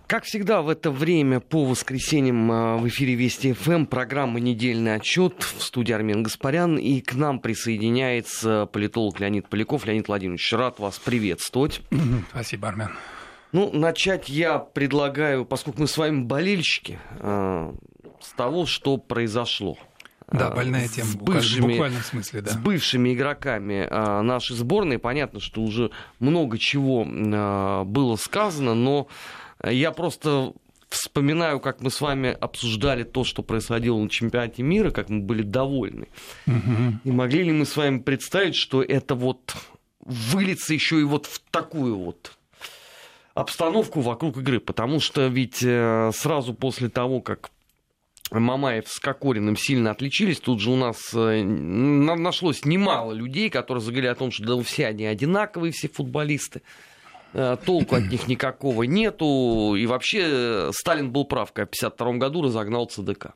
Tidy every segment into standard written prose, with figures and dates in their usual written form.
Как всегда в это время по воскресеньям в эфире Вести ФМ программа «Недельный отчет», в студии Армен Гаспарян, и к нам присоединяется политолог Леонид Поляков. Леонид Владимирович, рад вас приветствовать. Спасибо, Армен. Начать я предлагаю, поскольку мы с вами болельщики, с того, что произошло. Да, больная тема, в буквальном смысле, да. С бывшими игроками нашей сборной. Понятно, что уже много чего было сказано, но я просто вспоминаю, как мы с вами обсуждали то, что происходило на чемпионате мира, как мы были довольны. И могли ли мы с вами представить, что это выльется еще и в такую обстановку вокруг игры? Потому что ведь сразу после того, как Мамаев с Кокориным сильно отличились, тут же у нас нашлось немало людей, которые заговорили о том, что все они одинаковые, все футболисты. Толку от них никакого нету. И вообще Сталин был прав, когда в 1952 году разогнал ЦДК.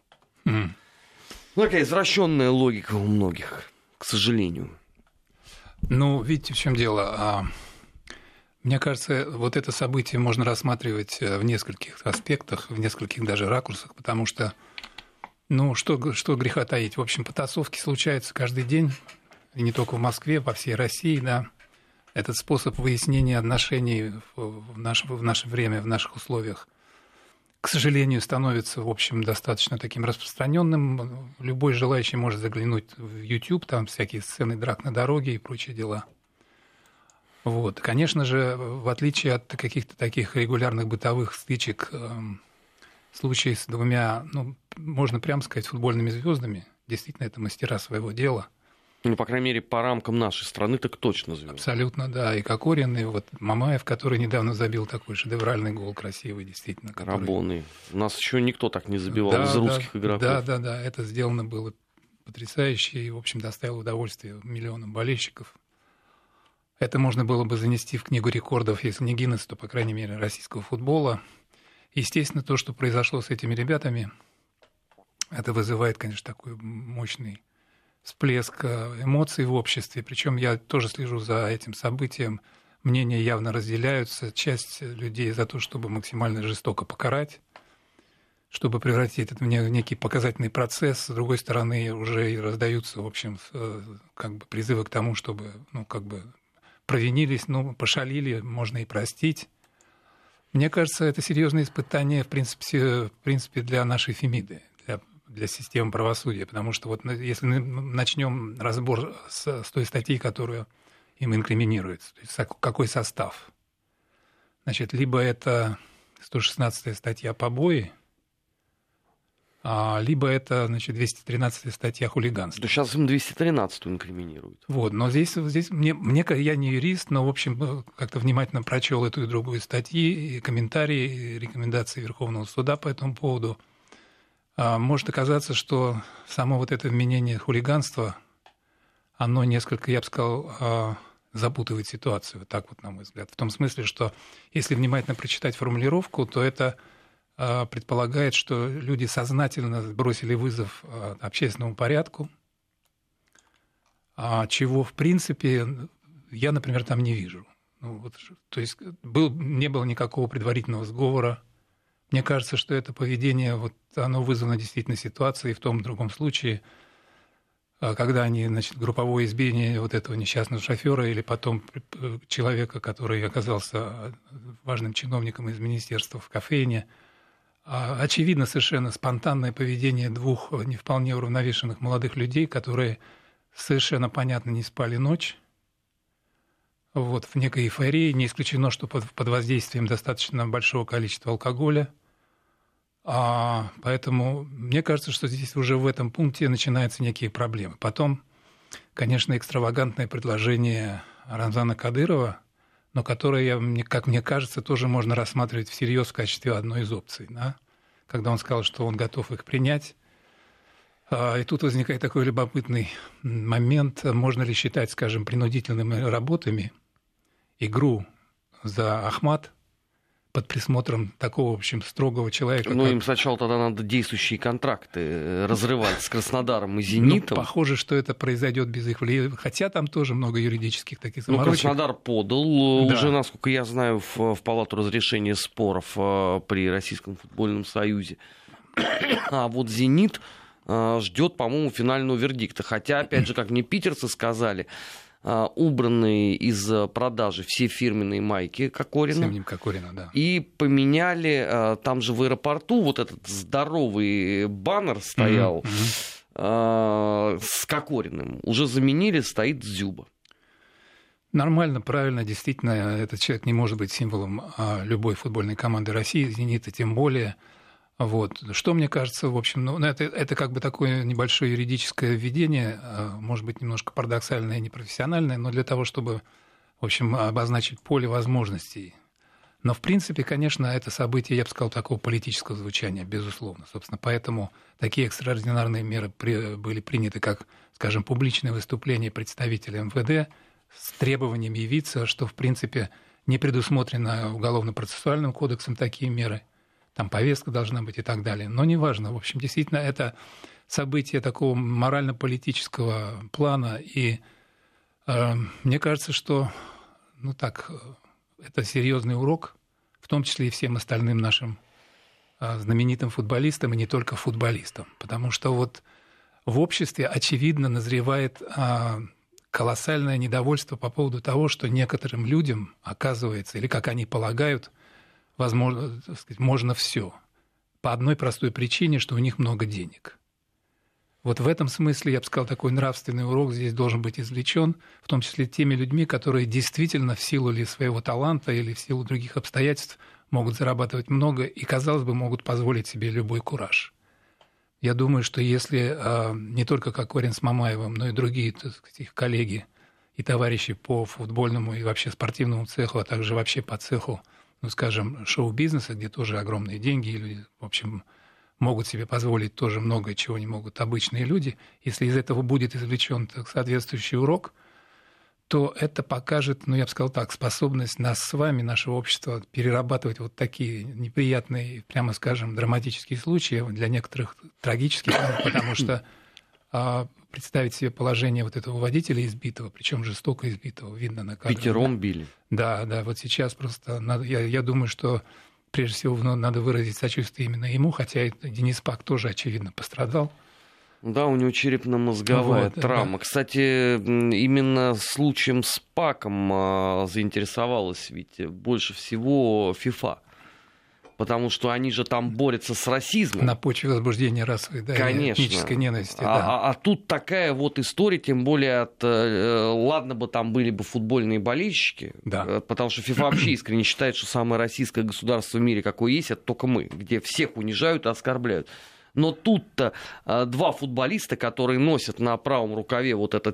Такая извращенная логика у многих, к сожалению. Видите, в чем дело. Мне кажется, это событие можно рассматривать в нескольких аспектах, в нескольких даже ракурсах, потому что, что греха таить. В общем, потасовки случаются каждый день, и не только в Москве, по всей России, да. Этот способ выяснения отношений в наше время, в наших условиях, к сожалению, становится, в общем, достаточно таким распространенным. Любой желающий может заглянуть в YouTube, там всякие сцены драк на дороге и прочие дела. Конечно же, в отличие от каких-то таких регулярных бытовых стычек, случаи с двумя, можно прямо сказать, футбольными звездами, действительно, это мастера своего дела. По крайней мере, по рамкам нашей страны так точно звезды. Абсолютно, да. И Кокорин, и Мамаев, который недавно забил такой шедевральный гол, красивый, действительно. Рабоны. У нас еще никто так не забивал из русских игроков. Да. Это сделано было потрясающе и, в общем, доставило удовольствие миллионам болельщиков. Это можно было бы занести в книгу рекордов, если не Гиннесс, то, по крайней мере, российского футбола. Естественно, то, что произошло с этими ребятами, это вызывает, конечно, такой мощный всплеск эмоций в обществе. Причем я тоже слежу за этим событием. Мнения явно разделяются. Часть людей за то, чтобы максимально жестоко покарать, чтобы превратить это в некий показательный процесс. С другой стороны, уже и раздаются, в общем, призывы к тому, чтобы, провинились, пошалили, можно и простить. Мне кажется, это серьезное испытание, в принципе, для нашей Фемиды, для системы правосудия, потому что если начнем разбор с той статьи, которую им инкриминируется, то есть какой состав, либо это 116-я статья побои, либо это, 213-я статья хулиганства. То сейчас им 213-ю инкриминируют. Но здесь я не юрист, но, в общем, как-то внимательно прочел эту и другую статьи, и комментарии, и рекомендации Верховного суда по этому поводу. Может оказаться, что само это вменение хулиганства, оно несколько, я бы сказал, запутывает ситуацию, на мой взгляд. В том смысле, что если внимательно прочитать формулировку, то это предполагает, что люди сознательно бросили вызов общественному порядку, чего, в принципе, я, например, там не вижу. То есть не было никакого предварительного сговора. Мне кажется, что это поведение, оно вызвано действительно ситуацией в том и другом случае, когда они, групповое избиение этого несчастного шофера или потом человека, который оказался важным чиновником из министерства в кофейне. Очевидно совершенно спонтанное поведение двух не вполне уравновешенных молодых людей, которые совершенно понятно не спали ночь, в некой эйфории. Не исключено, что под воздействием достаточно большого количества алкоголя. Поэтому мне кажется, что здесь уже в этом пункте начинаются некие проблемы. Потом, конечно, экстравагантное предложение Рамзана Кадырова, но которое, как мне кажется, тоже можно рассматривать всерьез в качестве одной из опций. Да? Когда он сказал, что он готов их принять. И тут возникает такой любопытный момент. Можно ли считать, скажем, принудительными работами игру за Ахмат, под присмотром такого, в общем, строгого человека. Ну, им сначала тогда надо действующие контракты разрывать с Краснодаром и «Зенитом». Ну, похоже, что это произойдет без их влияния. Хотя там тоже много юридических таких заморочек. Ну, Краснодар подал уже, насколько я знаю, в Палату разрешения споров при Российском футбольном союзе. А вот «Зенит» ждет, по-моему, финального вердикта. Хотя, опять же, как мне питерцы сказали, убраны из продажи все фирменные майки Кокорина. Всем Кокорина, да. И поменяли, там же в аэропорту вот этот здоровый баннер стоял с Кокориным. Уже заменили, стоит Дзюба. Нормально, правильно, действительно, этот человек не может быть символом любой футбольной команды России, «Зенита» тем более. Вот. Что мне кажется, в общем, это как бы такое небольшое юридическое введение, может быть, немножко парадоксальное и непрофессиональное, но для того, чтобы, в общем, обозначить поле возможностей. Но, в принципе, конечно, это событие, я бы сказал, такого политического звучания, безусловно. Собственно, поэтому такие экстраординарные меры были приняты, как, скажем, публичное выступление представителя МВД с требованием явиться, что, в принципе, не предусмотрено Уголовно-процессуальным кодексом такие меры. Там повестка должна быть и так далее. Но неважно. В общем, действительно, это событие такого морально-политического плана. И мне кажется, что это серьезный урок, в том числе и всем остальным нашим знаменитым футболистам, и не только футболистам. Потому что вот в обществе, очевидно, назревает колоссальное недовольство по поводу того, что некоторым людям, оказывается, или как они полагают, возможно, так сказать, можно все. По одной простой причине, что у них много денег. Вот в этом смысле, я бы сказал, такой нравственный урок здесь должен быть извлечен, в том числе теми людьми, которые действительно в силу ли своего таланта или в силу других обстоятельств могут зарабатывать много и, казалось бы, могут позволить себе любой кураж. Я думаю, что если не только Кокорин с Мамаевым, но и другие, так сказать, их коллеги и товарищи по футбольному и вообще спортивному цеху, а также вообще по цеху, скажем, шоу-бизнеса, где тоже огромные деньги, и люди, в общем, могут себе позволить тоже многое, чего не могут обычные люди. Если из этого будет извлечен соответствующий урок, то это покажет, я бы сказал так, способность нас с вами, нашего общества, перерабатывать вот такие неприятные, прямо скажем, драматические случаи, для некоторых трагические, потому что представить себе положение вот этого водителя избитого, причем жестоко избитого, видно на кадре. Пятером били. Да, вот сейчас просто я думаю, что прежде всего надо выразить сочувствие именно ему, хотя и Денис Пак тоже, очевидно, пострадал. Да, у него черепно-мозговая травма. Да. Кстати, именно случаем с Паком заинтересовалась ведь больше всего ФИФА. Потому что они же там борются с расизмом. На почве возбуждения расовой, да, конечно, этнической ненависти. А тут такая вот история, тем более ладно бы там были бы футбольные болельщики, да. Потому что ФИФА вообще искренне считает, что самое российское государство в мире, какое есть, это только мы, где всех унижают и оскорбляют. Но тут-то два футболиста, которые носят на правом рукаве вот этот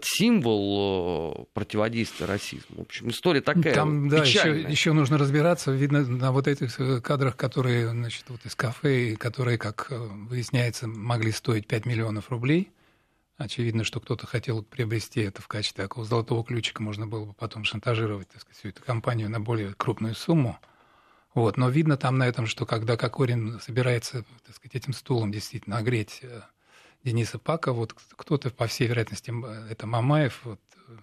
символ противодействия расизму. В общем, история такая там, печальная. Да, еще нужно разбираться. Видно на вот этих кадрах, которые, вот из кафе, которые, как выясняется, могли стоить 5 миллионов рублей. Очевидно, что кто-то хотел приобрести это в качестве такого золотого ключика. Можно было бы потом шантажировать, так сказать, всю эту компанию на более крупную сумму. Вот. Но видно там на этом, что когда Кокорин собирается, так сказать, этим стулом действительно огреть Дениса Пака, вот кто-то, по всей вероятности, это Мамаев, вот,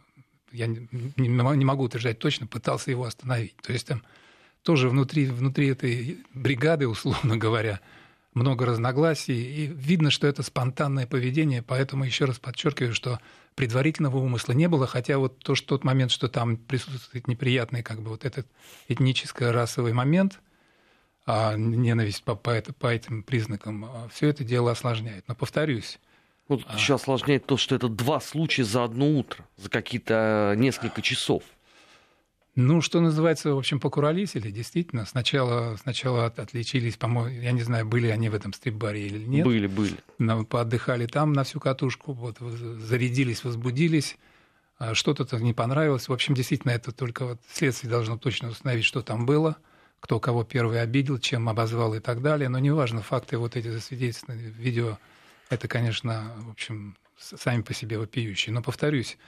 я не могу утверждать точно, пытался его остановить. То есть там тоже внутри этой бригады, условно говоря, много разногласий, и видно, что это спонтанное поведение, поэтому еще раз подчеркиваю, что предварительного умысла не было, хотя вот тот момент, что там присутствует неприятный как бы вот этот этническо-расовый момент, ненависть по этим признакам, все это дело осложняет. Но повторюсь. Вот еще осложняет то, что это два случая за одно утро, за какие-то несколько часов. Что называется, в общем, покуролесили, действительно. Сначала отличились, по-моему, я не знаю, были они в этом стрип-баре или нет. Были. Поотдыхали там на всю катушку, вот, зарядились, возбудились, что-то не понравилось. В общем, действительно, это только вот следствие должно точно установить, что там было, кто кого первый обидел, чем обозвал и так далее. Но неважно, факты вот эти засвидетельствованы в видео, это, конечно, в общем, сами по себе вопиющие. Но, повторюсь,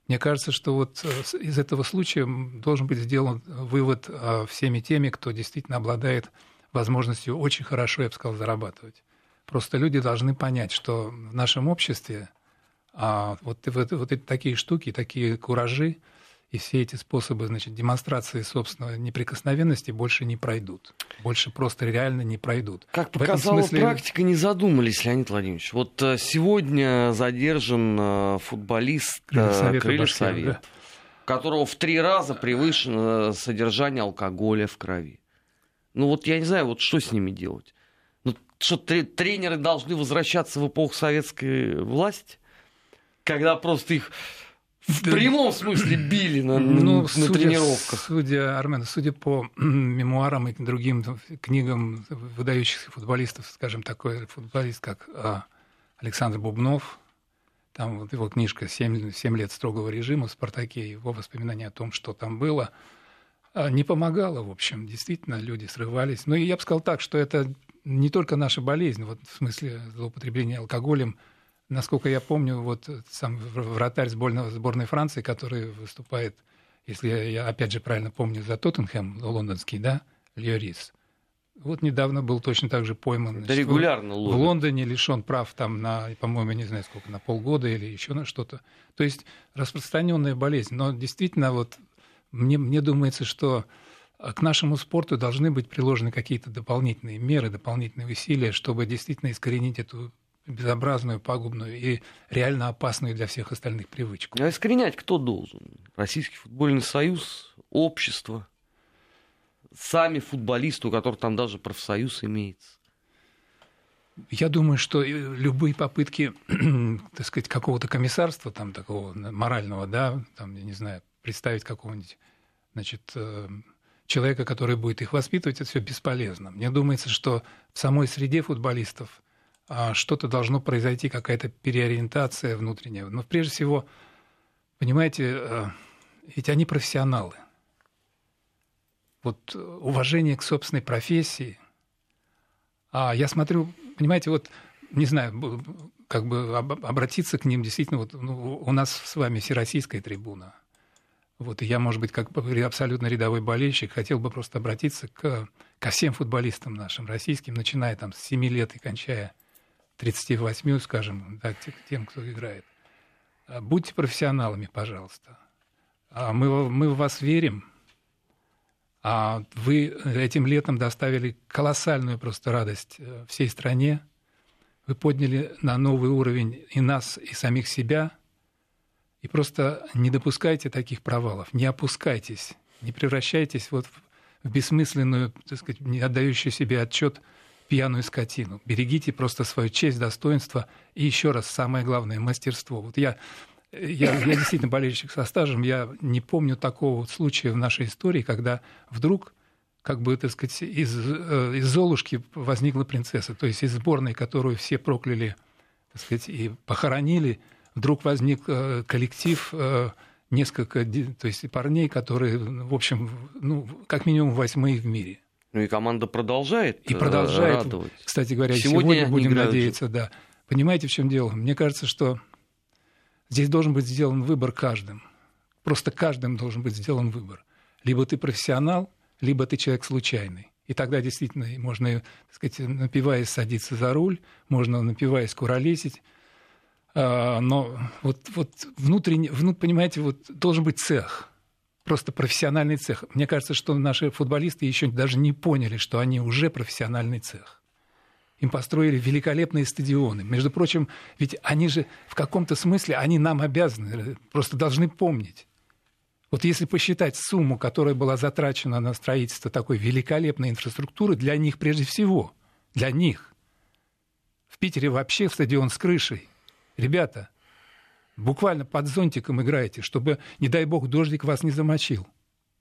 Мне кажется, что вот из этого случая должен быть сделан вывод всеми теми, кто действительно обладает возможностью очень хорошо, я бы сказал, зарабатывать. Просто люди должны понять, что в нашем обществе вот такие штуки, такие куражи и все эти способы, значит, демонстрации собственной неприкосновенности больше не пройдут. Больше просто реально не пройдут. Как показала практика, не задумались, Леонид Владимирович. Вот сегодня задержан футболист Крыльев Совет, да, у которого в 3 раза превышено содержание алкоголя в крови. Ну вот я не знаю, вот что с ними делать? Ну, что тренеры должны возвращаться в эпоху советской власти, когда просто их в прямом смысле били на тренировках. Армен, судя по мемуарам и другим книгам выдающихся футболистов, скажем, такой футболист, как Александр Бубнов, там вот его книжка «7 лет строгого режима» в «Спартаке», его воспоминания о том, что там было, не помогало, в общем. Действительно, люди срывались. Ну, и я бы сказал так, что это не только наша болезнь, вот в смысле злоупотребления алкоголем. Насколько я помню, вот сам вратарь сборной Франции, который выступает, если я опять же правильно помню, за Тоттенхэм лондонский, да, Льорис, вот недавно был точно так же пойман. Да, регулярно в Лондоне, лишен прав там на, по-моему, не знаю сколько, на полгода или еще на что-то. То есть распространенная болезнь. Но действительно, вот мне думается, что к нашему спорту должны быть приложены какие-то дополнительные меры, дополнительные усилия, чтобы действительно искоренить эту безобразную, пагубную и реально опасную для всех остальных привычку. А искоренять кто должен? Российский футбольный союз, общество, сами футболисты, у которых там даже профсоюз имеется? Я думаю, что любые попытки, так сказать, какого-то комиссарства, там, такого морального, да, там, я не знаю, представить какого-нибудь, значит, человека, который будет их воспитывать, это все бесполезно. Мне думается, что в самой среде футболистов что-то должно произойти, какая-то переориентация внутренняя. Но прежде всего, понимаете, ведь они профессионалы. Вот уважение к собственной профессии. Я смотрю, понимаете, вот, не знаю, как бы обратиться к ним действительно, вот, у нас с вами всероссийская трибуна. Вот, и я, может быть, как абсолютно рядовой болельщик, хотел бы просто обратиться ко всем футболистам нашим российским, начиная там с 7 лет и кончая 38, скажем, да, тем, кто играет. Будьте профессионалами, пожалуйста. Мы в вас верим. Вы этим летом доставили колоссальную просто радость всей стране. Вы подняли на новый уровень и нас, и самих себя. И просто не допускайте таких провалов, не опускайтесь, не превращайтесь вот в бессмысленную, так сказать, не отдающую себе отчет пьяную скотину. Берегите просто свою честь, достоинство и еще раз, самое главное, мастерство. Вот я действительно болельщик со стажем, я не помню такого случая в нашей истории, когда вдруг, как бы, так сказать, из Золушки возникла принцесса, то есть из сборной, которую все прокляли, так сказать, и похоронили, вдруг возник коллектив, несколько, то есть парней, которые, в общем, как минимум 8-е в мире. Ну и команда продолжает радовать. Кстати говоря, сегодня будем надеяться, да. Понимаете, в чем дело? Мне кажется, что здесь должен быть сделан выбор каждым. Просто каждым должен быть сделан выбор. Либо ты профессионал, либо ты человек случайный. И тогда действительно можно, так сказать, напиваясь, садиться за руль, можно, напиваясь, куролесить. Но вот внутренне, понимаете, вот должен быть цех. Просто профессиональный цех. Мне кажется, что наши футболисты еще даже не поняли, что они уже профессиональный цех. Им построили великолепные стадионы. Между прочим, ведь они же в каком-то смысле, они нам обязаны, просто должны помнить. Вот если посчитать сумму, которая была затрачена на строительство такой великолепной инфраструктуры, для них прежде всего, для них. В Питере вообще стадион с крышей. Ребята, буквально под зонтиком играете, чтобы, не дай бог, дождик вас не замочил.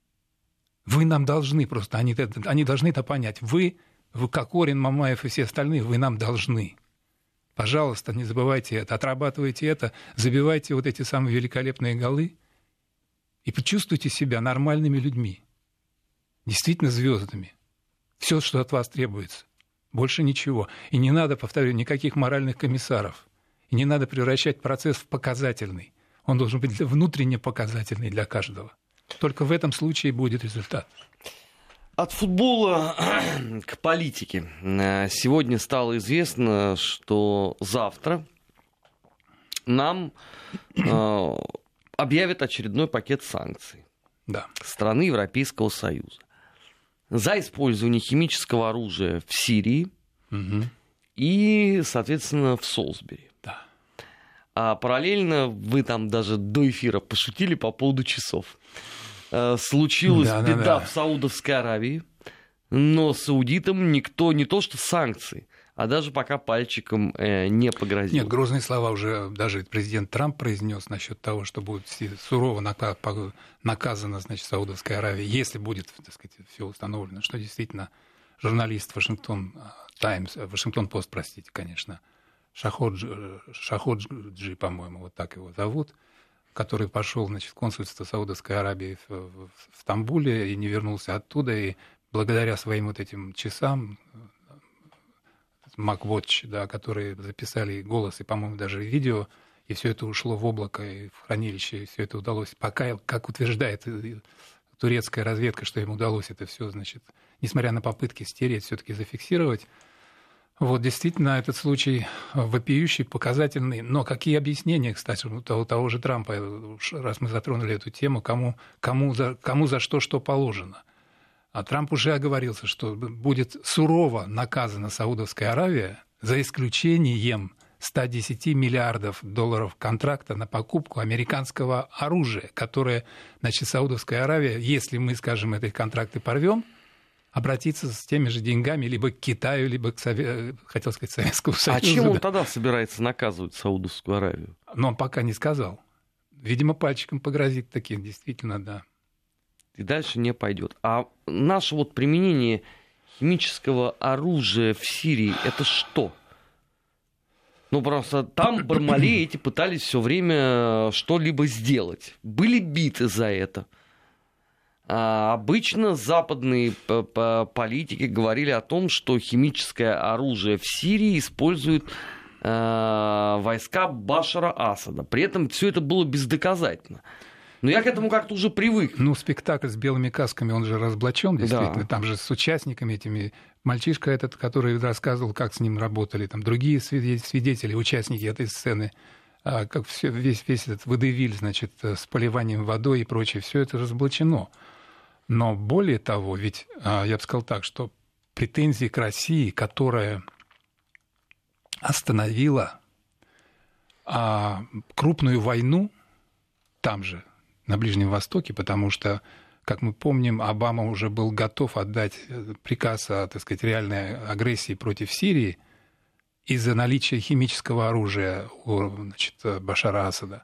Вы нам должны просто, они должны это понять. Вы, Кокорин, Мамаев и все остальные, вы нам должны. Пожалуйста, не забывайте это, отрабатывайте это, забивайте вот эти самые великолепные голы и почувствуйте себя нормальными людьми, действительно звездами. Все, что от вас требуется. Больше ничего. И не надо, повторю, никаких моральных комиссаров. И не надо превращать процесс в показательный. Он должен быть внутренне показательный для каждого. Только в этом случае будет результат. От футбола к политике. Сегодня стало известно, что завтра нам объявят очередной пакет санкций страны Европейского Союза за использование химического оружия в Сирии и, соответственно, в Солсбери. Да. А параллельно вы там даже до эфира пошутили по поводу часов. Случилась беда в Саудовской Аравии, но саудитам никто не то что санкции, а даже пока пальчиком не погрозил. Нет, грозные слова уже даже президент Трамп произнес насчет того, что будет сурово наказана, значит, Саудовская Аравия, если будет, так сказать, все установлено, что действительно журналист Вашингтон Пост, простите, конечно, Шаходжи, по-моему, вот так его зовут, который пошел, значит, в консульство Саудовской Аравии в Стамбуле и не вернулся оттуда, и благодаря своим вот этим часам MacWatch, да, которые записали голос и, по-моему, даже видео, и все это ушло в облако и в хранилище, и все это удалось. Пока, как утверждает турецкая разведка, что им удалось это все, значит, несмотря на попытки стереть, все-таки зафиксировать. Вот, действительно, этот случай вопиющий, показательный. Но какие объяснения, кстати, у того же Трампа, раз мы затронули эту тему, кому за что положено? А Трамп уже оговорился, что будет сурово наказана Саудовская Аравия за исключением 110 миллиардов долларов контракта на покупку американского оружия, которое, значит, Саудовская Аравия, если мы, скажем, эти контракты порвем, обратиться с теми же деньгами либо к Китаю, либо к хотел сказать, Советскому Союзу. А чем он тогда собирается наказывать Саудовскую Аравию? Но он пока не сказал. Видимо, пальчиком погрозит таким, действительно, да. И дальше не пойдет. А наше вот применение химического оружия в Сирии, это что? Ну, просто там Бармалеи эти пытались все время что-либо сделать. Были биты за это. А обычно западные политики говорили о том, что химическое оружие в Сирии используют войска Башара Асада. При этом все это было бездоказательно. Но я к этому как-то уже привык. Ну, спектакль с белыми касками, он же разоблачен, действительно. Да. Там же с участниками этими. Мальчишка этот, который рассказывал, как с ним работали, там другие свидетели, участники этой сцены, как весь этот водевиль, значит, с поливанием водой и прочее, все это разоблачено. Но более того, ведь я бы сказал так, что претензии к России, которая остановила крупную войну там же, на Ближнем Востоке, потому что, как мы помним, Обама уже был готов отдать приказ о, так сказать, реальной агрессии против Сирии из-за наличия химического оружия у, значит, Башара Асада.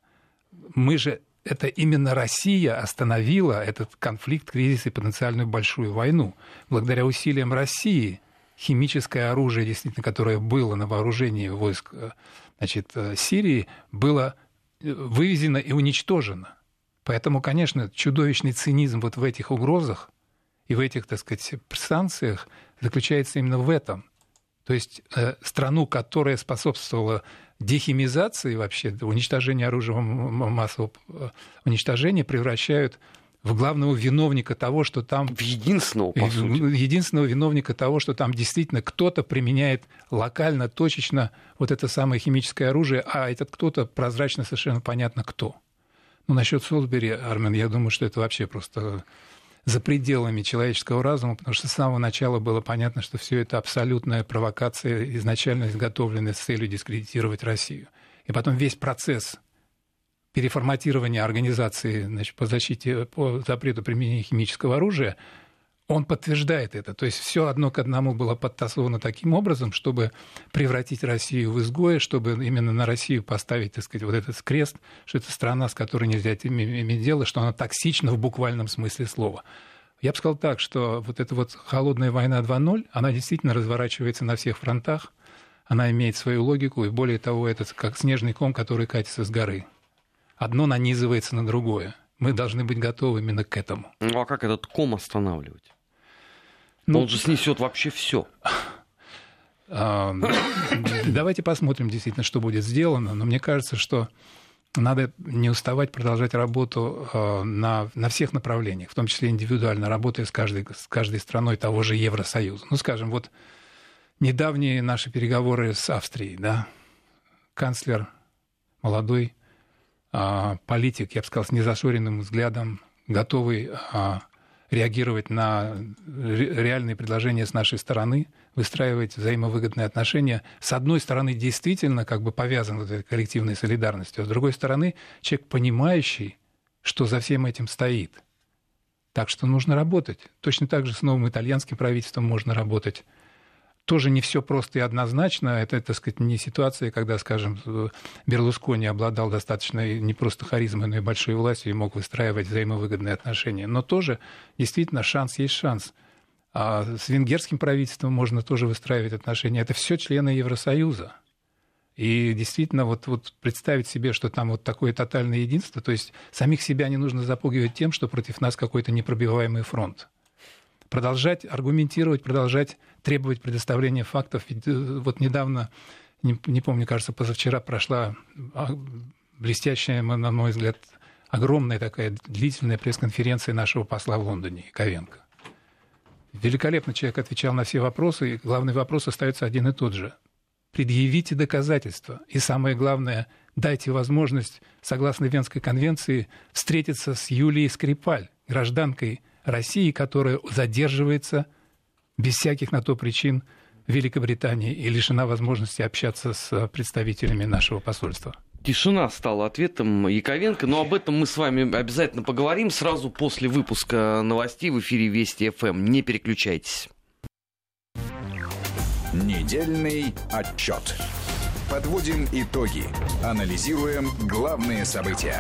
Это именно Россия остановила этот конфликт, кризис и потенциальную большую войну. Благодаря усилиям России химическое оружие, действительно, которое было на вооружении войск, значит, Сирии, было вывезено и уничтожено. Поэтому, конечно, чудовищный цинизм вот в этих угрозах и в этих, так сказать, санкциях заключается именно в этом. То есть страну, которая способствовала дехимизации вообще, уничтожению оружия массового уничтожения, превращают в главного виновника того, что там... В единственного, по сути. Единственного виновника того, что там действительно кто-то применяет локально, точечно вот это самое химическое оружие, а этот кто-то прозрачно совершенно понятно кто. Ну, насчет Солсбери, Армен, я думаю, что это вообще просто за пределами человеческого разума, потому что с самого начала было понятно, что все это абсолютная провокация, изначально изготовленная с целью дискредитировать Россию. И потом весь процесс переформатирования организации, значит, по запрету применения химического оружия, он подтверждает это. То есть все одно к одному было подтасовано таким образом, чтобы превратить Россию в изгоя, чтобы именно на Россию поставить, так сказать, вот этот крест, что это страна, с которой нельзя иметь дело, что она токсична в буквальном смысле слова. Я бы сказал так, что вот эта вот холодная война 2.0, она действительно разворачивается на всех фронтах, она имеет свою логику, и более того, это как снежный ком, который катится с горы. Одно нанизывается на другое. Мы должны быть готовы именно к этому. Ну а как этот ком останавливать? Он же снесет вообще все. Давайте посмотрим действительно, что будет сделано. Но мне кажется, что надо не уставать продолжать работу на всех направлениях, в том числе индивидуально, работая с каждой страной того же Евросоюза. Ну, скажем, вот недавние наши переговоры с Австрией, да, канцлер, молодой политик, я бы сказал, с незашоренным взглядом, готовый реагировать на реальные предложения с нашей стороны, выстраивать взаимовыгодные отношения. С одной стороны, действительно как бы повязан вот этой коллективной солидарностью, а с другой стороны, человек, понимающий, что за всем этим стоит. Так что нужно работать. Точно так же с новым итальянским правительством можно работать. Тоже не все просто и однозначно. Это, так сказать, не ситуация, когда, скажем, Берлускони обладал достаточно не просто харизмой, но и большой властью и мог выстраивать взаимовыгодные отношения. Но тоже действительно шанс есть шанс. А с венгерским правительством можно тоже выстраивать отношения. Это все члены Евросоюза. И действительно, вот представить себе, что там вот такое тотальное единство, то есть самих себя не нужно запугивать тем, что против нас какой-то непробиваемый фронт. Продолжать аргументировать, продолжать требовать предоставления фактов. Ведь вот недавно, не помню, кажется, позавчера прошла блестящая, на мой взгляд, огромная такая длительная пресс-конференция нашего посла в Лондоне, Яковенко. Великолепно человек отвечал на все вопросы, и главный вопрос остается один и тот же. Предъявите доказательства. И самое главное, дайте возможность, согласно Венской конвенции, встретиться с Юлией Скрипаль, гражданкой России, которая задерживается без всяких на то причин в Великобритании и лишена возможности общаться с представителями нашего посольства. Тишина стала ответом Яковенко, но об этом мы с вами обязательно поговорим сразу после выпуска новостей в эфире Вести ФМ. Не переключайтесь. Недельный отчет. Подводим итоги. Анализируем главные события.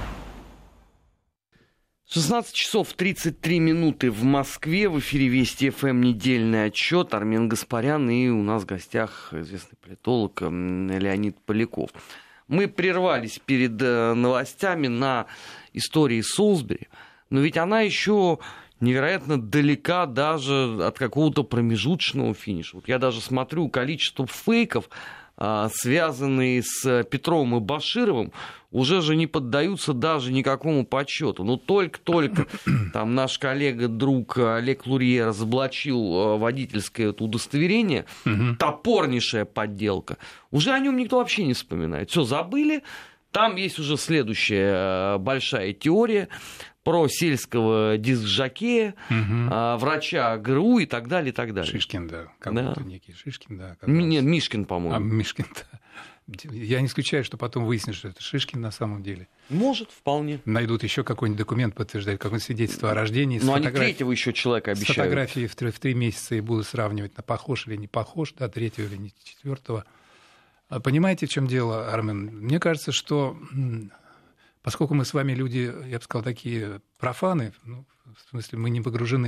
16 часов 33 минуты в Москве. В эфире Вести ФМ недельный отчет. Армен Гаспарян и у нас в гостях известный политолог Леонид Поляков. Мы прервались перед новостями на истории Солсбери, но ведь она еще невероятно далека даже от какого-то промежуточного финиша. Вот я даже смотрю количество фейков, связанные с Петровым и Башировым, уже же не поддаются даже никакому подсчету. Но только там наш коллега, друг Олег Лурье разоблачил водительское удостоверение, топорнейшая подделка. Уже о нем никто вообще не вспоминает. Все забыли. Там есть уже следующая большая теория про сельского диск-жокея, врача ГРУ и так далее, и так далее. Шишкин, да. Как-то некий Шишкин, да. Нет, Мишкин, по-моему. Мишкин, да. Я не исключаю, что потом выяснится, что это Шишкин на самом деле. Может, вполне. Найдут еще какой-нибудь документ, подтверждает какое-нибудь свидетельство о рождении. Но они третьего еще человека обещают. С фотографией в 3 месяца и будут сравнивать, на похож или не похож, да, третьего или не четвертого. Понимаете, в чем дело, Армен? Мне кажется, что поскольку мы с вами люди, я бы сказал, такие профаны, ну, в смысле, мы не погружены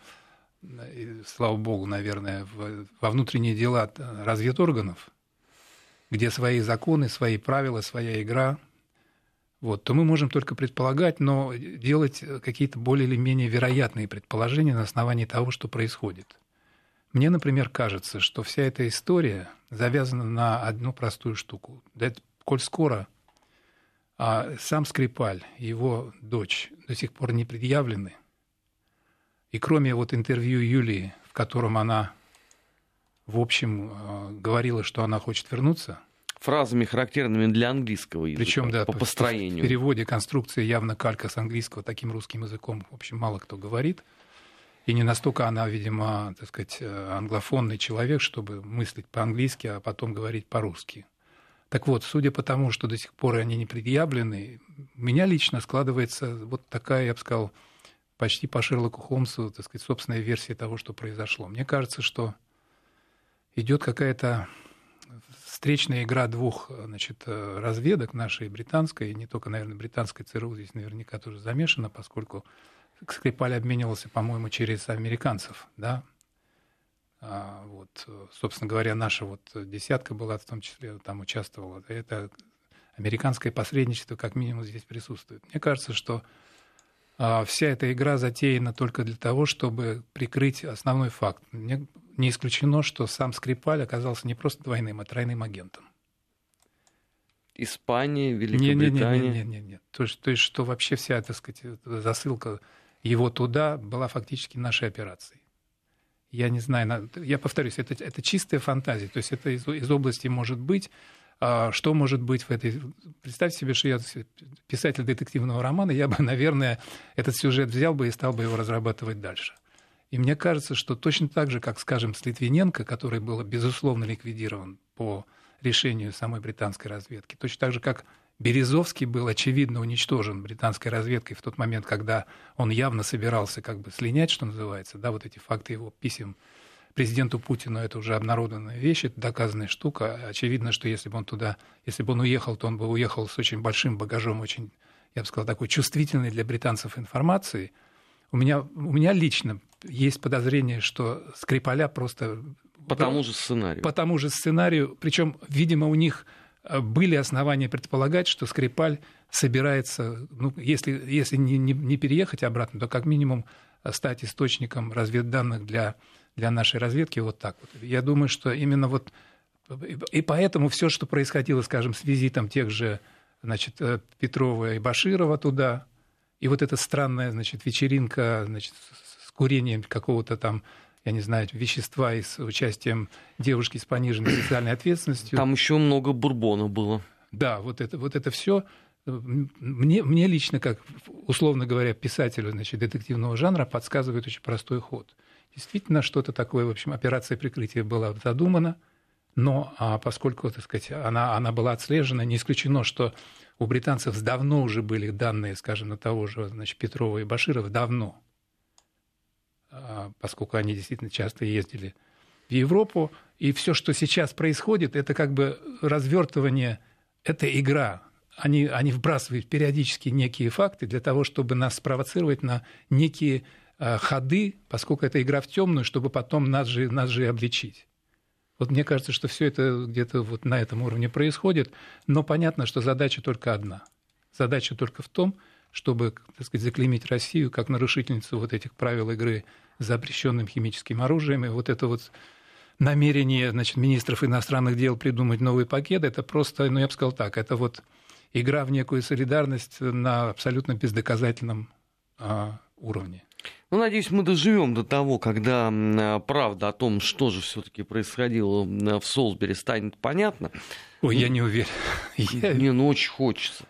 слава богу, наверное, во внутренние дела разведорганов, где свои законы, свои правила, своя игра, вот, то мы можем только предполагать, но делать какие-то более или менее вероятные предположения на основании того, что происходит. Мне, например, кажется, что вся эта история завязана на одну простую штуку. Да, коль скоро сам Скрипаль и его дочь до сих пор не предъявлены, и кроме вот интервью Юлии, в котором она, в общем, говорила, что она хочет вернуться. Фразами, характерными для английского языка. Причем, да, по построению. В переводе конструкция явно калька с английского, таким русским языком, в общем, мало кто говорит. И не настолько она, видимо, так сказать, англофонный человек, чтобы мыслить по-английски, а потом говорить по-русски. Так вот, судя по тому, что до сих пор они не предъявлены, у меня лично складывается вот такая, я бы сказал, почти по Шерлоку Холмсу, так сказать, собственная версия того, что произошло. Мне кажется, что идет какая-то встречная игра двух, значит, разведок, нашей британской, и не только, наверное, британской ЦРУ здесь наверняка тоже замешана, поскольку Скрипаль обменивался, по-моему, через американцев, да. Вот, собственно говоря, наша вот десятка была, в том числе, там участвовала. Это американское посредничество как минимум здесь присутствует. Мне кажется, что вся эта игра затеяна только для того, чтобы прикрыть основной факт. Не исключено, что сам Скрипаль оказался не просто двойным, а тройным агентом. Испания, Великобритания. Нет. То есть, что вообще вся, так сказать, засылка его туда была фактически нашей операцией. Я не знаю, я повторюсь, это чистая фантазия, то есть это из области может быть. Что может быть в этой... Представьте себе, что я писатель детективного романа, я бы, наверное, этот сюжет взял бы и стал бы его разрабатывать дальше. И мне кажется, что точно так же, как, скажем, с Литвиненко, который был, безусловно, ликвидирован по решению самой британской разведки, точно так же, как Березовский был, очевидно, уничтожен британской разведкой в тот момент, когда он явно собирался как бы слинять, что называется, да, вот эти факты его писем президенту Путину, это уже обнародованная вещь, это доказанная штука. Очевидно, что если бы он уехал, то он бы уехал с очень большим багажом, очень, я бы сказал, такой чувствительной для британцев информации. У меня лично есть подозрение, что Скрипаля просто... По тому же сценарию. По тому же сценарию. Причем, видимо, у них были основания предполагать, что Скрипаль собирается, ну, если не переехать обратно, то как минимум стать источником разведданных для нашей разведки вот так вот. Я думаю, что именно вот... И поэтому все, что происходило, скажем, с визитом тех же, значит, Петрова и Баширова туда, и вот эта странная, значит, вечеринка, значит, с курением какого-то там, я не знаю, вещества и с участием девушки с пониженной социальной ответственностью. Там еще много бурбона было. Да, вот это все. Мне лично, как, условно говоря, писателю, значит, детективного жанра, подсказывает очень простой ход. Действительно, что-то такое, в общем, операция прикрытия была задумана, но поскольку, так сказать, она была отслежена, не исключено, что у британцев давно уже были данные, скажем, на того же, значит, Петрова и Баширова, давно, поскольку они действительно часто ездили в Европу, и все, что сейчас происходит, это как бы развертывание, это игра. Они вбрасывают периодически некие факты для того, чтобы нас спровоцировать на некие ходы, поскольку это игра в темную, чтобы потом нас же и обличить. Вот мне кажется, что все это где-то вот на этом уровне происходит, но понятно, что задача только одна. Задача только в том, чтобы, так сказать, заклеймить Россию как нарушительницу вот этих правил игры с запрещенным химическим оружием. И вот это вот намерение, значит, министров иностранных дел придумать новый пакет, это просто, ну, я бы сказал так, это вот игра в некую солидарность на абсолютно бездоказательном уровне. Ну, надеюсь, мы доживем до того, когда правда о том, что же все-таки происходило в Солсбери, станет понятна. Ой, я не уверен. Ну, очень хочется.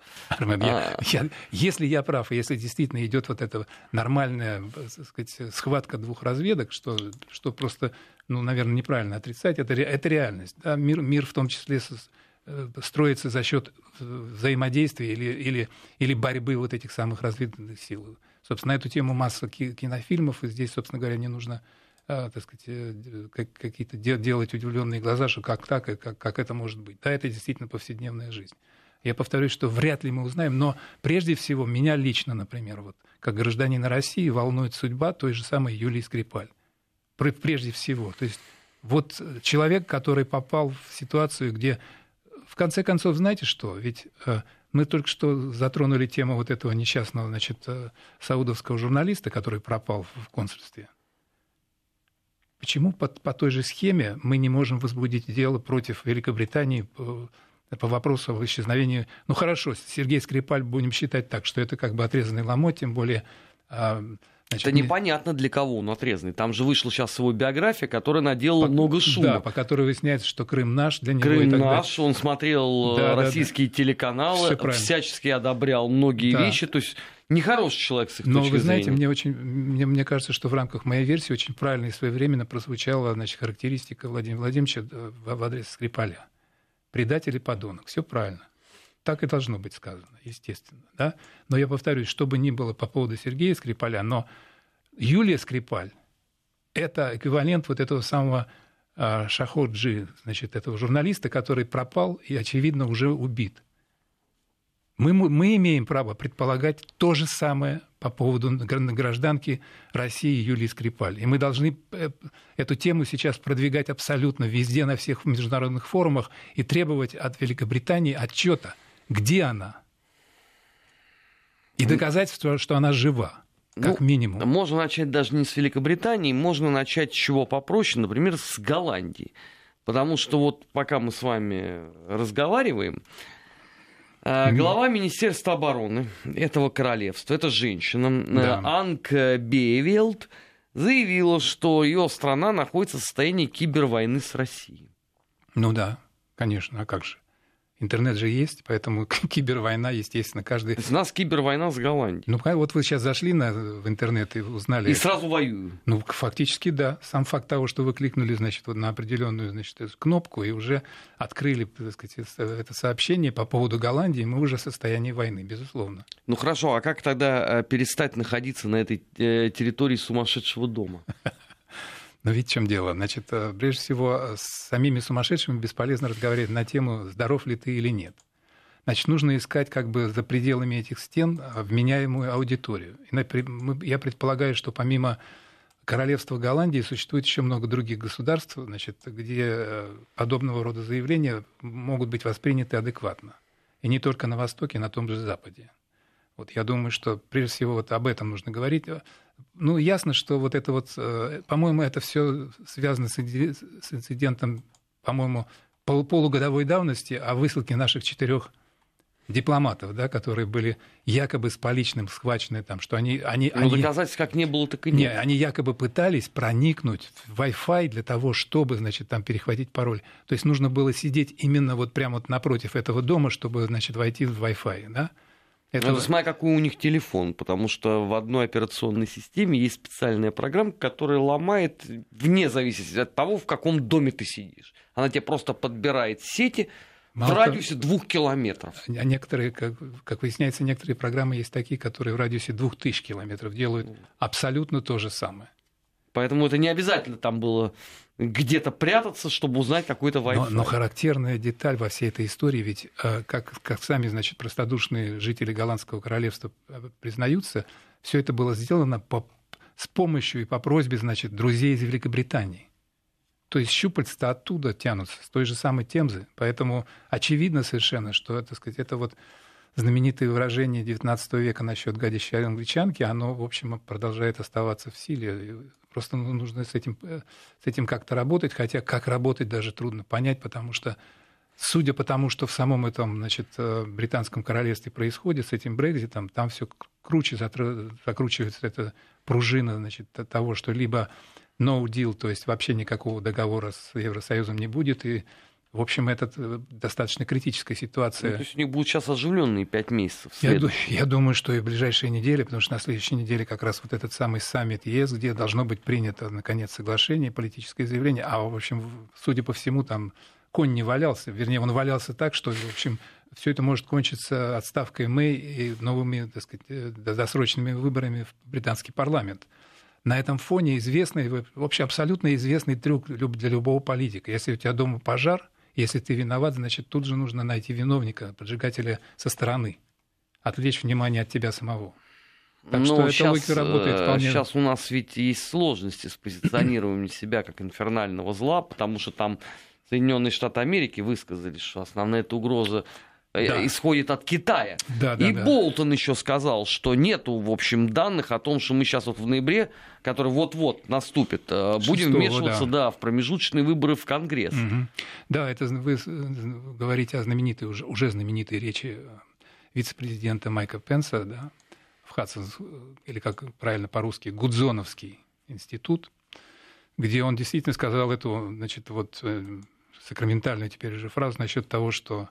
Если я прав, и если действительно идет вот эта нормальная, так сказать, схватка двух разведок, что просто, ну, наверное, неправильно отрицать, это реальность. Да? Мир в том числе строится за счет взаимодействия или борьбы вот этих самых разведывательных сил. Собственно, на эту тему масса кинофильмов, и здесь, собственно говоря, не нужно, так сказать, какие-то делать удивленные глаза, что как так, и как это может быть. Да, это действительно повседневная жизнь. Я повторюсь, что вряд ли мы узнаем, но прежде всего меня лично, например, вот, как гражданина России, волнует судьба той же самой Юлии Скрипаль. Прежде всего. То есть вот человек, который попал в ситуацию, где, в конце концов, знаете что, ведь... Мы только что затронули тему вот этого несчастного, значит, саудовского журналиста, который пропал в консульстве. Почему по той же схеме мы не можем возбудить дело против Великобритании по вопросу об исчезновении? Ну, хорошо, Сергей Скрипаль, будем считать так, что это как бы отрезанный ломоть, тем более... Значит, это непонятно, для кого он отрезанный. Там же вышла сейчас его биография, которая наделала много шума. Да, по которой выясняется, что Крым наш, для него Крым и так далее. наш, он смотрел российские телеканалы, всячески одобрял многие вещи. То есть нехороший человек с их точки зрения. Но вы знаете, мне кажется, что в рамках моей версии очень правильно и своевременно прозвучала, значит, характеристика Владимира Владимировича в адрес Скрипаля. Предатель и подонок. Все правильно. Так и должно быть сказано, естественно. Да? Но я повторюсь, что бы ни было по поводу Сергея Скрипаля, но Юлия Скрипаль – это эквивалент вот этого самого Шаходжи, значит, этого журналиста, который пропал и, очевидно, уже убит. Мы имеем право предполагать то же самое по поводу гражданки России Юлии Скрипаль. И мы должны эту тему сейчас продвигать абсолютно везде, на всех международных форумах и требовать от Великобритании отчета, где она, и доказательства, что она жива, как минимум. Можно начать даже не с Великобритании, можно начать с чего попроще, например, с Голландии. Потому что вот пока мы с вами разговариваем, Глава Министерства обороны этого королевства, это женщина, Да. Анг Бейвелд, заявила, что ее страна находится в состоянии кибервойны с Россией. Ну да, конечно, а как же? Интернет же есть, поэтому кибервойна, естественно, каждый... То есть у нас кибервойна с Голландией. Ну, вот вы сейчас зашли в интернет и узнали... И сразу воюю. Ну, фактически, да. Сам факт того, что вы кликнули, значит, вот на определенную, значит, кнопку и уже открыли, так сказать, это сообщение по поводу Голландии, мы уже в состоянии войны, безусловно. Ну хорошо, а как тогда перестать находиться на этой территории сумасшедшего дома? Но ведь в чем дело? Значит, прежде всего, с самими сумасшедшими бесполезно разговаривать на тему, здоров ли ты или нет. Значит, нужно искать как бы за пределами этих стен вменяемую аудиторию. Я предполагаю, что помимо королевства Голландии существует еще много других государств, значит, где подобного рода заявления могут быть восприняты адекватно. И не только на Востоке, на том же Западе. Вот я думаю, что прежде всего вот об этом нужно говорить. Ну, ясно, что вот это вот, по-моему, это все связано с инцидентом, по-моему, полугодовой давности о высылке наших 4 дипломатов, да, которые были якобы с поличным схвачены там, что они доказательств как не было, так и нет. Не, они якобы пытались проникнуть в Wi-Fi для того, чтобы, значит, там перехватить пароль. То есть нужно было сидеть именно вот прямо вот напротив этого дома, чтобы, значит, войти в Wi-Fi, да? Это смотря какой у них телефон, потому что в одной операционной системе есть специальная программа, которая ломает вне зависимости от того, в каком доме ты сидишь. Она тебе просто подбирает сети в радиусе 2 километров. А некоторые, как выясняется, некоторые программы есть такие, которые в радиусе 2000 километров делают абсолютно то же самое. Поэтому это не обязательно там было где-то прятаться, чтобы узнать какой-то Wi-Fi. Но характерная деталь во всей этой истории, ведь как сами, значит, простодушные жители Голландского королевства признаются, все это было сделано с помощью и по просьбе, значит, друзей из Великобритании. То есть щупальца оттуда тянутся, с той же самой Темзы. Поэтому очевидно совершенно, что, так сказать, это вот знаменитое выражение XIX века насчет гадящей англичанки, оно, в общем, продолжает оставаться в силе. Просто нужно с этим как-то работать, хотя как работать даже трудно понять, потому что, судя по тому, что в самом этом, значит, британском королевстве происходит с этим Брекситом, там все круче закручивается эта пружина, значит, того, что либо no deal, то есть вообще никакого договора с Евросоюзом не будет, и в общем, это достаточно критическая ситуация. То есть у них будут сейчас оживленные 5 месяцев. Я думаю, что и в ближайшие недели, потому что на следующей неделе как раз вот этот самый саммит ЕС, где должно быть принято, наконец, соглашение, политическое заявление. А, в общем, судя по всему, там конь не валялся. Вернее, он валялся так, что, в общем, все это может кончиться отставкой Мэй и новыми, так сказать, досрочными выборами в британский парламент. На этом фоне известный, вообще абсолютно известный трюк для любого политика. Если у тебя дома пожар, если ты виноват, значит, тут же нужно найти виновника, поджигателя со стороны, отвлечь внимание от тебя самого. Так что эта логика работает вполне. Сейчас у нас ведь есть сложности с позиционированием себя как инфернального зла, потому что там Соединенные Штаты Америки высказали, что основная эта угроза исходит от Китая. Болтон еще сказал, что нету, в общем, данных о том, что мы сейчас вот в ноябре, который вот-вот наступит, будем вмешиваться в промежуточные выборы в Конгресс. Угу. Да, это вы говорите о знаменитой, уже знаменитой речи вице-президента Майка Пенса, да, в Хадсон, или как правильно по-русски, Гудзоновский институт, где он действительно сказал эту, значит, вот сакраментальную теперь уже фразу насчет того, что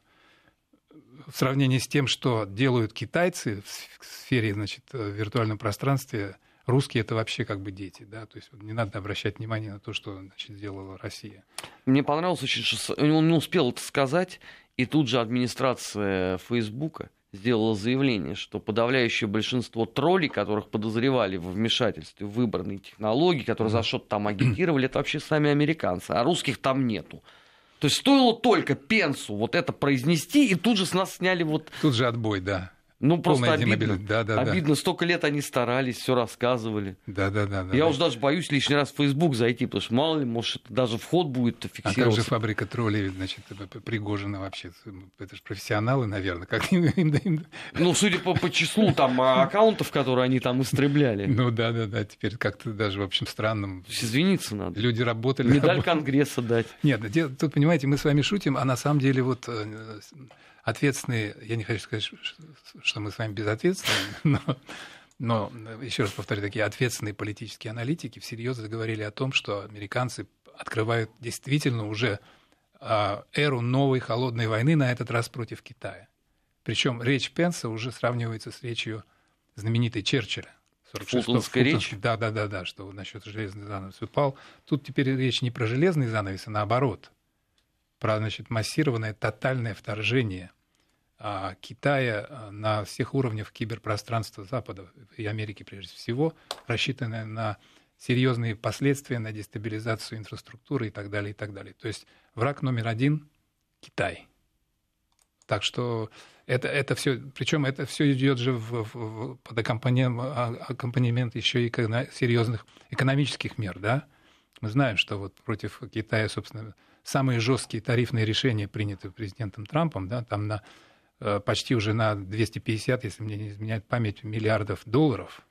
в сравнении с тем, что делают китайцы в сфере, значит, в виртуальном пространстве, русские — это вообще как бы дети, да, то есть не надо обращать внимание на то, что, значит, сделала Россия. Мне понравилось очень, что он не успел это сказать, и тут же администрация Фейсбука сделала заявление, что подавляющее большинство троллей, которых подозревали в вмешательстве в выборные технологии, которые за что-то там агитировали, это вообще сами американцы, а русских там нету. То есть стоило только Пенсу вот это произнести, и тут же с нас сняли вот... Тут же отбой, да. Ну, просто обидно. Обидно, столько лет они старались, все рассказывали. Я уже даже боюсь лишний раз в Facebook зайти, потому что мало ли, может, даже вход будет фиксироваться. А как же фабрика троллей, значит, Пригожина вообще? Это же профессионалы, наверное. Ну, судя по числу там аккаунтов, которые они там истребляли. Ну, да. Теперь как-то даже, в общем, странным. Извиниться надо. Люди работали. Медаль Конгресса дать. Нет, тут, понимаете, мы с вами шутим, а на самом деле вот... ответственные, я не хочу сказать, что мы с вами безответственны, но еще раз повторю, такие ответственные политические аналитики всерьез заговорили о том, что американцы открывают действительно уже эру новой холодной войны, на этот раз против Китая. Причем речь Пенса уже сравнивается с речью знаменитой Черчилля. Фултонская речь? Да, что насчет железный занавес упал. Тут теперь речь не про железный занавес, а наоборот. Про, массированное тотальное вторжение Китая на всех уровнях киберпространства Запада и Америки прежде всего, рассчитанное на серьезные последствия, на дестабилизацию инфраструктуры и так далее, и так далее. То есть враг номер один — Китай. Так что это все, причем это все идет же под аккомпанемент еще и серьезных экономических мер, да? Мы знаем, что вот против Китая, собственно, самые жесткие тарифные решения приняты президентом Трампом, да, там почти уже на 250, если мне не изменяет память, миллиардов долларов.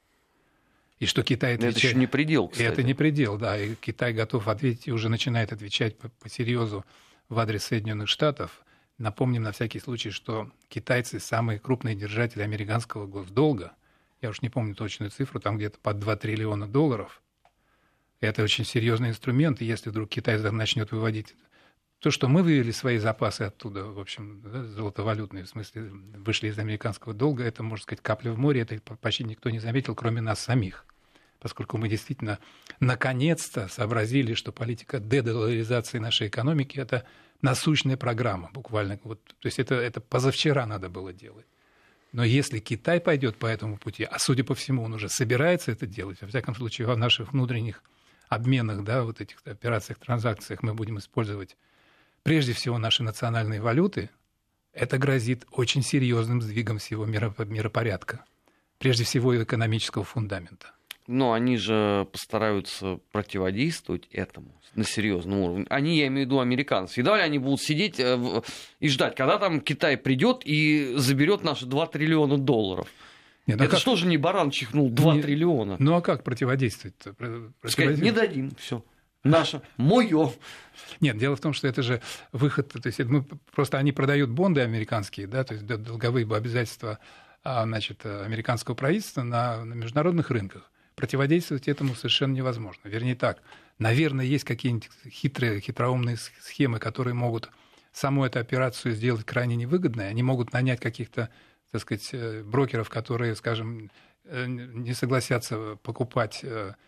И что Китай отвечает... Это еще не предел, кстати. Это не предел, да. И Китай готов ответить, и уже начинает отвечать по серьезу в адрес Соединенных Штатов. Напомним на всякий случай, что китайцы самые крупные держатели американского госдолга. Я уж не помню точную цифру, там где-то под 2 триллиона долларов. Это очень серьезный инструмент, и если вдруг Китай начнет выводить... То, что мы вывели свои запасы оттуда, в общем, да, золотовалютные, в смысле, вышли из американского долга, это, можно сказать, капля в море, это почти никто не заметил, кроме нас самих. Поскольку мы действительно наконец-то сообразили, что политика дедоларизации нашей экономики – это насущная программа, буквально. Вот, то есть это позавчера надо было делать. Но если Китай пойдет по этому пути, а судя по всему, он уже собирается это делать, во всяком случае, в наших внутренних обменах, да, вот этих операциях, транзакциях мы будем использовать прежде всего наши национальные валюты, это грозит очень серьезным сдвигом всего миропорядка, прежде всего экономического фундамента. Но они же постараются противодействовать этому на серьезном уровне. Они, я имею в виду американцы. Едва ли они будут сидеть и ждать, когда там Китай придет и заберет наши 2 триллиона долларов. Нет, это что же не баран чихнул 2 триллиона? Ну а как противодействовать-то? Сказать, не дадим, все. Наше, мое. Нет, дело в том, что это же выход, то есть просто они продают бонды американские, да, то есть долговые обязательства, американского правительства на международных рынках. Противодействовать этому совершенно невозможно. Вернее так, наверное, есть какие-нибудь хитроумные схемы, которые могут саму эту операцию сделать крайне невыгодной. Они могут нанять каких-то, так сказать, брокеров, которые, скажем, не согласятся покупать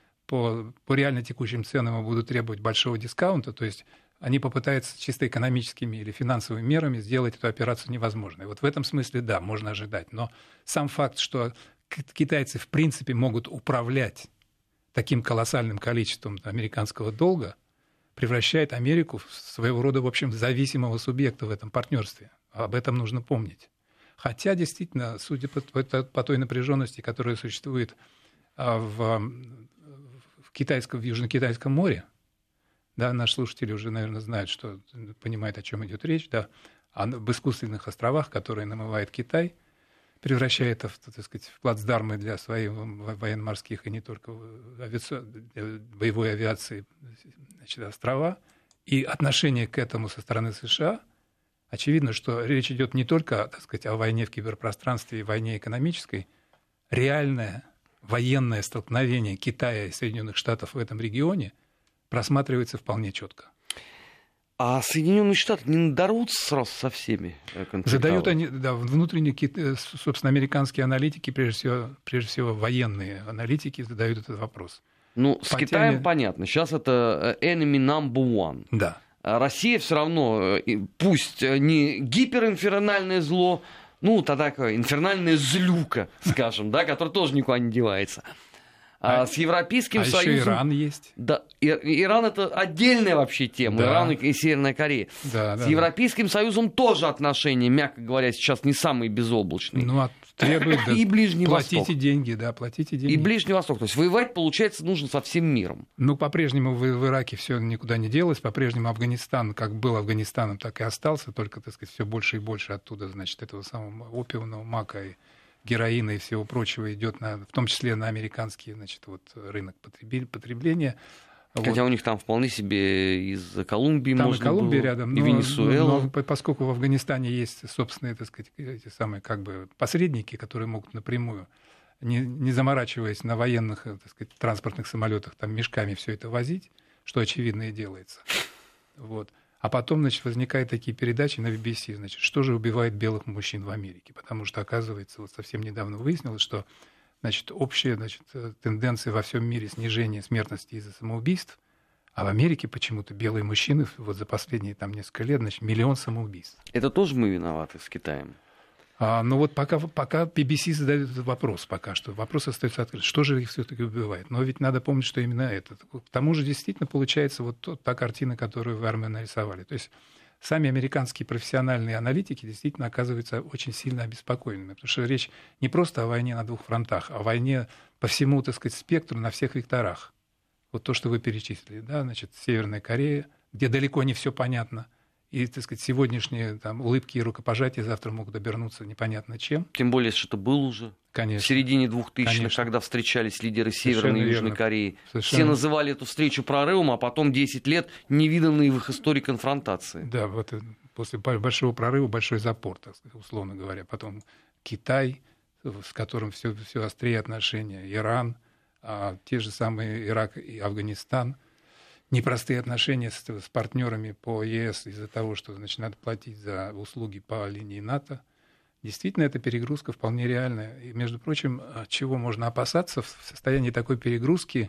по реально текущим ценам и будут требовать большого дискаунта, то есть они попытаются чисто экономическими или финансовыми мерами сделать эту операцию невозможной. Вот в этом смысле, да, можно ожидать. Но сам факт, что китайцы в принципе могут управлять таким колоссальным количеством американского долга, превращает Америку в своего рода, в общем, зависимого субъекта в этом партнерстве. Об этом нужно помнить. Хотя, действительно, судя по той напряженности, которая существует в Южно-Китайском море, да, наши слушатели уже, наверное, знают, что понимают, о чем идет речь, да, об искусственных островах, которые намывает Китай, превращая это, так сказать, в плацдармы для своих военно-морских и не только боевой авиации, острова, и отношение к этому со стороны США, очевидно, что речь идет не только, так сказать, о войне в киберпространстве и войне экономической, реальное военное столкновение Китая и Соединенных Штатов в этом регионе просматривается вполне четко. А Соединенные Штаты не надорвутся сразу со всеми конфликтами? Задают они, да, внутренние, собственно, американские аналитики, прежде всего военные аналитики, задают этот вопрос. Ну, с Китаем понятно. Сейчас это enemy number one. Да. А Россия все равно, пусть не гиперинфернальное зло, ну, тогда такая инфернальная злюка, скажем, да, которая тоже никуда не девается. А с Европейским Союзом... еще Иран есть. Да, Иран — это отдельная вообще тема, да. Иран и Северная Корея. Да, с Европейским Союзом тоже отношения, мягко говоря, сейчас не самые безоблачные. Ну, требует и Ближний платите Восток. деньги, да, платите деньги. И Ближний Восток. То есть воевать, получается, нужно со всем миром. Ну, по-прежнему в Ираке все никуда не делось, по-прежнему Афганистан, как был Афганистаном, так и остался, только, так сказать, все больше и больше оттуда, значит, этого самого опиумного мака и героина и всего прочего идет, в том числе на американский, значит, вот, рынок потребления. Хотя у них там вполне себе из Колумбии там можно и Колумбия было, рядом, и Венесуэла. но поскольку в Афганистане есть собственные, так сказать, эти самые как бы посредники, которые могут напрямую, не заморачиваясь на военных, так сказать, транспортных самолетах, там мешками все это возить, что очевидно и делается. Вот. А потом, значит, возникают такие передачи на BBC, значит, что же убивает белых мужчин в Америке, потому что, оказывается, вот совсем недавно выяснилось, что, значит, общая, значит, тенденция во всем мире снижения смертности из-за самоубийств, а в Америке почему-то белые мужчины вот за последние там несколько лет, значит, 1 миллион самоубийств. Это тоже мы виноваты с Китаем? Ну вот пока BBC задает этот вопрос, пока что. Вопрос остается открытым. Что же их все-таки убивает? Но ведь надо помнить, что именно это. К тому же действительно получается вот та картина, которую вы, Армен, нарисовали. То есть сами американские профессиональные аналитики действительно оказываются очень сильно обеспокоенными, потому что речь не просто о войне на 2 фронтах, а о войне по всему, так сказать, спектру на всех векторах. Вот то, что вы перечислили, да, значит, Северная Корея, где далеко не все понятно. И, так сказать, сегодняшние там, улыбки и рукопожатия завтра могут обернуться непонятно чем. Тем более, что это был уже. Конечно. В середине 2000-х, Конечно. когда встречались лидеры Совершенно Северной и Южной верно. Кореи. Совершенно. Все называли эту встречу прорывом, а потом 10 лет невиданные в их истории конфронтации. Да, вот после большого прорыва большой запор, так сказать, условно говоря. Потом Китай, с которым все острее отношения, Иран, те же самые Ирак и Афганистан. Непростые отношения с партнерами по ЕС из-за того, что, значит, надо платить за услуги по линии НАТО. Действительно, эта перегрузка вполне реальная. И, между прочим, чего можно опасаться в состоянии такой перегрузки,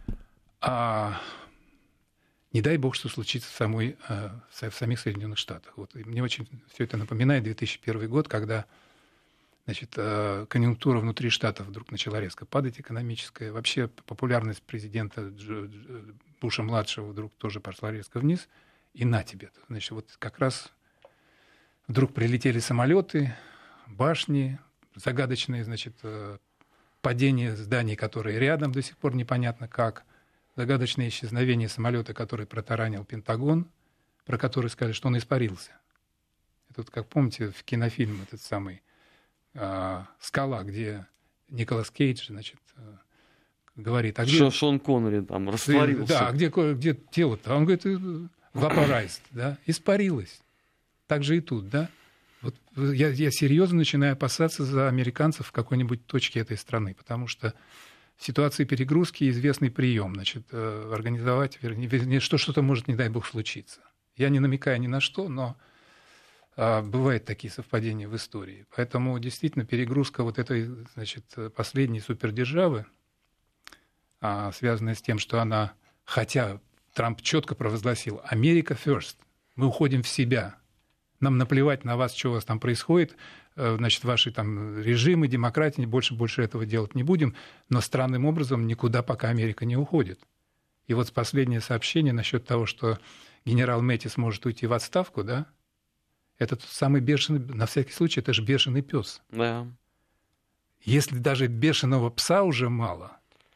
не дай бог, что случится в самих Соединенных Штатах. Вот. И мне очень все это напоминает 2001 год, когда, значит, конъюнктура внутри штатов вдруг начала резко падать, экономическая. Вообще популярность президента Буша-младшего вдруг тоже пошла резко вниз. И на тебе. Значит, вот как раз вдруг прилетели самолеты, башни, загадочные, значит, падение зданий, которые рядом до сих пор непонятно как, загадочное исчезновение самолета, который протаранил Пентагон, про который сказали, что он испарился. И тут, как помните, в кинофильме этот самый «Скала», где Николас Кейдж, значит, говорит, где... Шон Коннери там растворился. Да, где тело-то? Он говорит, vaporized, да, испарилось. Так же и тут, да. Вот я серьезно начинаю опасаться за американцев в какой-нибудь точке этой страны, потому что в ситуации перегрузки известный прием, значит, организовать, вернее, что-то может, не дай бог, случиться. Я не намекаю ни на что, но бывают такие совпадения в истории. Поэтому действительно перегрузка вот этой, значит, последней супердержавы, связанная с тем, что она, хотя Трамп четко провозгласил «Америка first», мы уходим в себя, нам наплевать на вас, что у вас там происходит, значит, ваши там режимы, демократии, больше этого делать не будем, но странным образом никуда пока Америка не уходит. И вот последнее сообщение насчет того, что генерал Мэттис может уйти в отставку, да, это тот самый бешеный, на всякий случай, это же бешеный пес. Да. Если даже бешеного пса уже мало,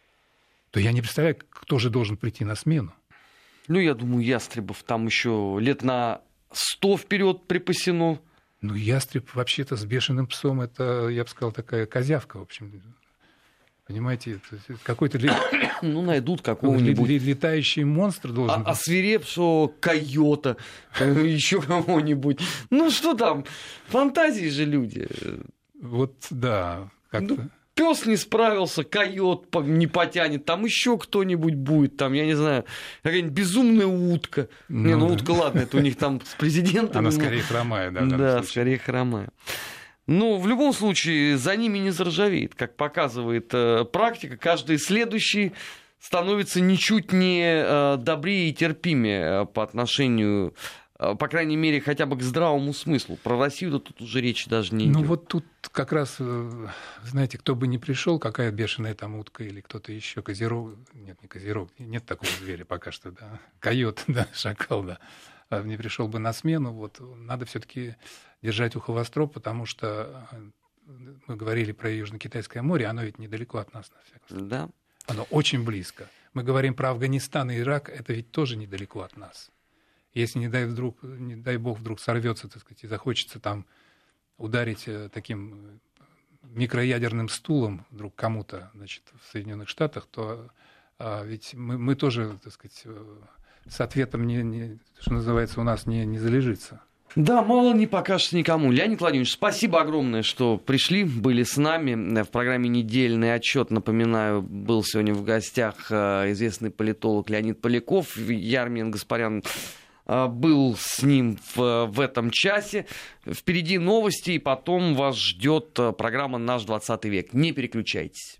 то я не представляю, кто же должен прийти на смену. Ну, я думаю, ястребов там еще лет на 100 вперед припасено. Ну, ястреб вообще-то с бешеным псом, это, я бы сказал, такая козявка, в общем. Понимаете, какой-то... Ну, найдут какого-нибудь... Летающий монстр должен... А свирепшего койота, еще кого-нибудь. Ну, что там? Фантазии же люди. Вот, да, как-то... Пес не справился, койот не потянет, там еще кто-нибудь будет, там, я не знаю, какая-нибудь безумная утка. Утка, ладно, это у них там с президентом. Она скорее хромая, да. Да, скорее хромая. Но в любом случае за ними не заржавеет, как показывает практика. Каждый следующий становится ничуть не добрее и терпимее по отношению, по крайней мере, хотя бы к здравому смыслу. Про Россию тут уже речи даже не идет. Ну вот тут как раз, знаете, кто бы ни пришел, какая бешеная там утка или кто-то еще, козерог, нет, не козерог, нет такого зверя пока что, да, койот, да, шакал, да, не пришел бы на смену, вот надо все-таки держать ухо востро, потому что мы говорили про Южно-Китайское море, оно ведь недалеко от нас, на всяком случае. Да. Оно очень близко. Мы говорим про Афганистан и Ирак, это ведь тоже недалеко от нас. Если, не дай бог, вдруг сорвется, так сказать, и захочется там ударить таким микроядерным стулом вдруг кому-то, значит, в Соединенных Штатах, то Ведь мы тоже, так сказать, с ответом, что называется, у нас не залежится. Да, мало не покажется никому. Леонид Владимирович, спасибо огромное, что пришли, были с нами. В программе «Недельный отчет», напоминаю, был сегодня в гостях известный политолог Леонид Поляков. Я, Армен Гаспарян, был с ним в этом часе. Впереди новости, и потом вас ждет программа «Наш 20 век». Не переключайтесь.